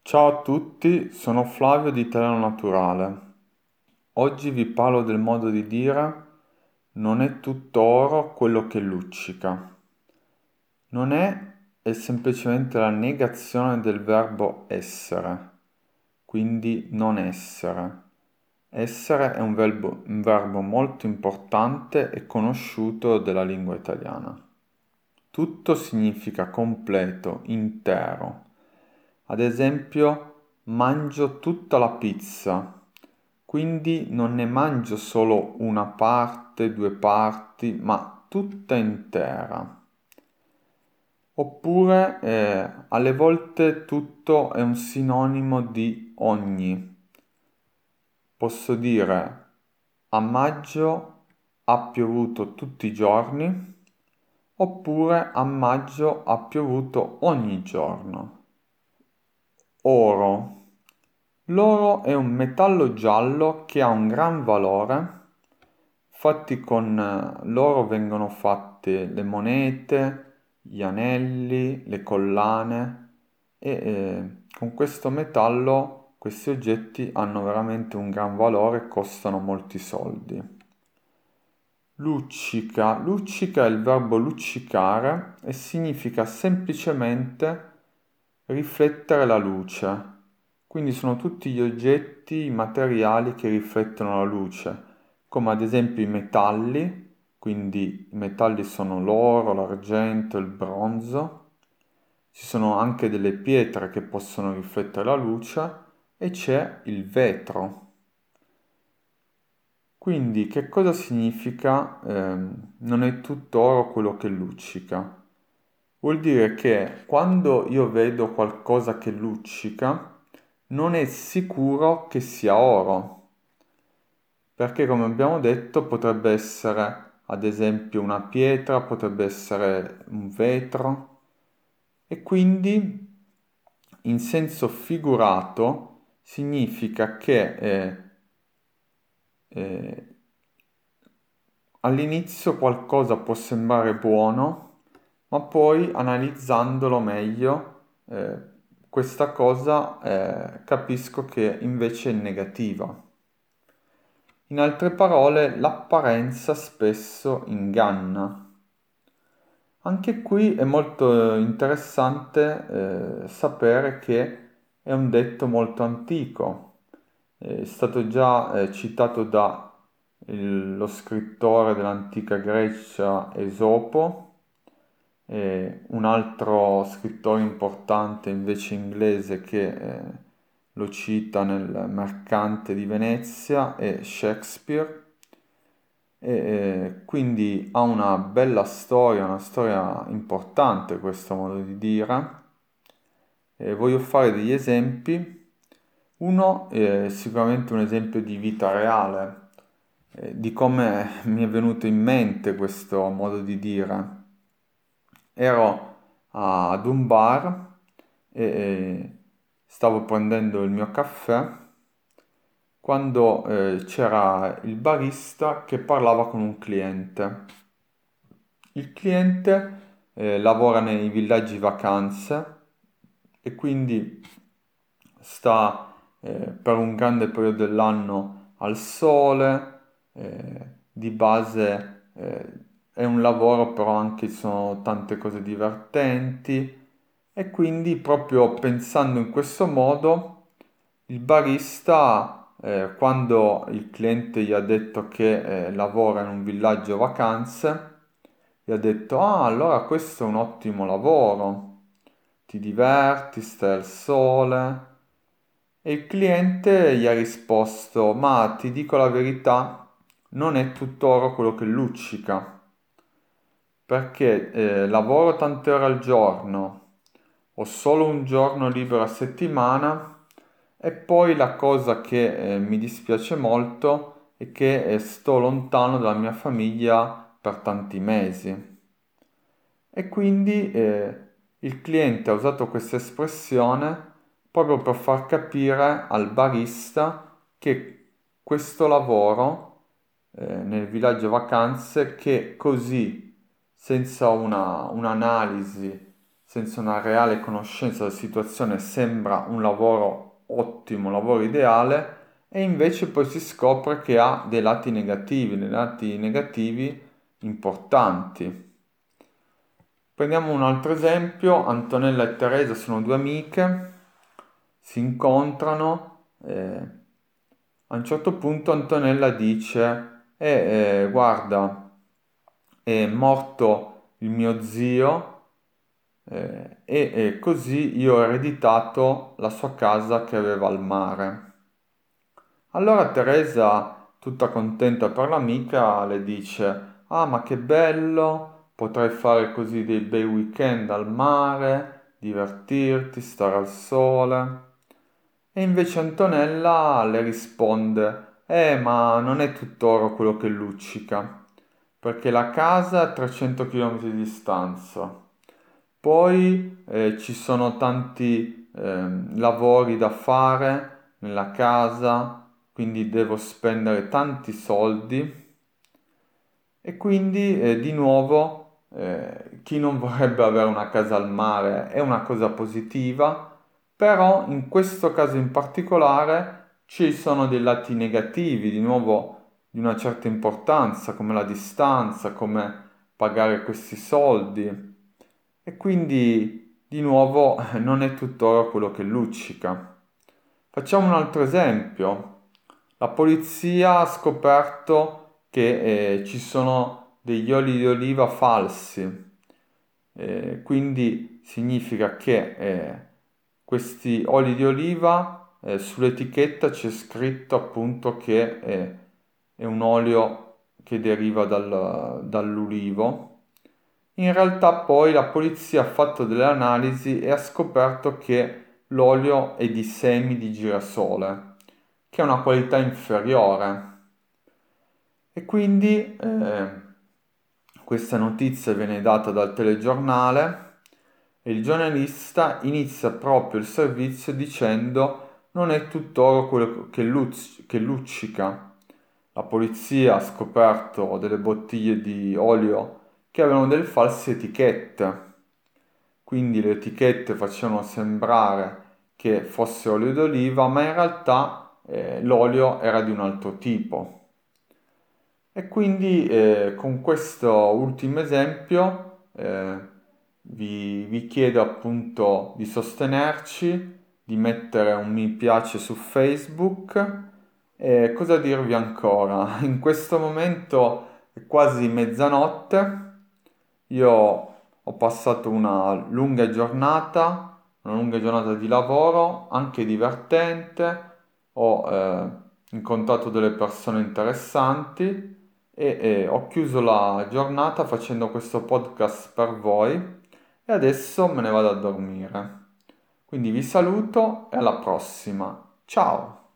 Ciao a tutti, sono Flavio di Italiano Naturale. Oggi vi parlo del modo di dire non è tutto oro quello che luccica. Non è semplicemente la negazione del verbo essere, quindi non essere. Essere è un verbo molto importante e conosciuto della lingua italiana. Tutto significa completo, intero. Ad esempio, mangio tutta la pizza, quindi non ne mangio solo una parte, due parti, ma tutta intera. Oppure, alle volte tutto è un sinonimo di ogni. Posso dire a maggio ha piovuto tutti i giorni, oppure a maggio ha piovuto ogni giorno. Oro. L'oro è un metallo giallo che ha un gran valore. Infatti con l'oro vengono fatte le monete, gli anelli, le collane e con questo metallo questi oggetti hanno veramente un gran valore e costano molti soldi. Luccica. Luccica è il verbo luccicare e significa semplicemente riflettere la luce. Quindi sono tutti gli oggetti, i materiali che riflettono la luce, come ad esempio i metalli, quindi i metalli sono l'oro, l'argento, il bronzo. Ci sono anche delle pietre che possono riflettere la luce e c'è il vetro. Quindi che cosa significa non è tutto oro quello che luccica? Vuol dire che quando io vedo qualcosa che luccica, non è sicuro che sia oro, perché come abbiamo detto potrebbe essere ad esempio una pietra, potrebbe essere un vetro e quindi in senso figurato significa che eh, all'inizio qualcosa può sembrare buono, ma poi analizzandolo meglio, questa cosa capisco che invece è negativa. In altre parole, l'apparenza spesso inganna. Anche qui è molto interessante sapere che è un detto molto antico. È stato già citato da lo scrittore dell'antica Grecia Esopo, e un altro scrittore importante invece inglese che lo cita nel Mercante di Venezia è Shakespeare. Quindi ha una storia importante questo modo di dire. Voglio fare degli esempi. Uno è sicuramente un esempio di vita reale, di come mi è venuto in mente questo modo di dire. Ero ad un bar e stavo prendendo il mio caffè quando c'era il barista che parlava con un cliente. Il cliente lavora nei villaggi vacanze e quindi sta per un grande periodo dell'anno al sole, di base è un lavoro però anche ci sono tante cose divertenti e quindi proprio pensando in questo modo il barista quando il cliente gli ha detto che lavora in un villaggio vacanze, gli ha detto ah allora questo è un ottimo lavoro, ti diverti, stai al sole. E il cliente gli ha risposto, ma ti dico la verità, non è tutt'oro quello che luccica, perché lavoro tante ore al giorno, ho solo un giorno libero a settimana e poi la cosa che mi dispiace molto è che sto lontano dalla mia famiglia per tanti mesi. E quindi il cliente ha usato questa espressione proprio per far capire al barista che questo lavoro nel villaggio vacanze, che così, senza un'analisi, senza una reale conoscenza della situazione sembra un lavoro ottimo, un lavoro ideale, e invece poi si scopre che ha dei lati negativi importanti. Prendiamo un altro esempio: Antonella e Teresa sono due amiche, si incontrano, a un certo punto Antonella dice, guarda, è morto il mio zio, e così io ho ereditato la sua casa che aveva al mare. Allora Teresa, tutta contenta per l'amica, le dice: Ah, ma che bello, potrai fare così dei bei weekend al mare, divertirti, stare al sole. E invece Antonella le risponde: ma non è tutt'oro quello che luccica, perché la casa è a 300 km di distanza. Poi ci sono tanti lavori da fare nella casa, quindi devo spendere tanti soldi, e quindi di nuovo chi non vorrebbe avere una casa al mare è una cosa positiva, però in questo caso in particolare ci sono dei lati negativi, di nuovo di una certa importanza, come la distanza, come pagare questi soldi. E quindi di nuovo non è tutt'oro quello che luccica. Facciamo un altro esempio. La polizia ha scoperto che ci sono degli oli di oliva falsi. Quindi significa che questi oli di oliva, sull'etichetta c'è scritto appunto che è un olio che deriva dall'ulivo. In realtà poi la polizia ha fatto delle analisi e ha scoperto che l'olio è di semi di girasole, che ha una qualità inferiore. E quindi questa notizia viene data dal telegiornale, e il giornalista inizia proprio il servizio dicendo: non è tutt'oro quello che luccica. La polizia ha scoperto delle bottiglie di olio che avevano delle false etichette, quindi le etichette facevano sembrare che fosse olio d'oliva, ma in realtà l'olio era di un altro tipo. E quindi con questo ultimo esempio vi chiedo appunto di sostenerci, di mettere un mi piace su Facebook. E cosa dirvi ancora? In questo momento è quasi mezzanotte, io ho passato una lunga giornata di lavoro, anche divertente, ho incontrato delle persone interessanti, e ho chiuso la giornata facendo questo podcast per voi, e adesso me ne vado a dormire. Quindi vi saluto e alla prossima. Ciao!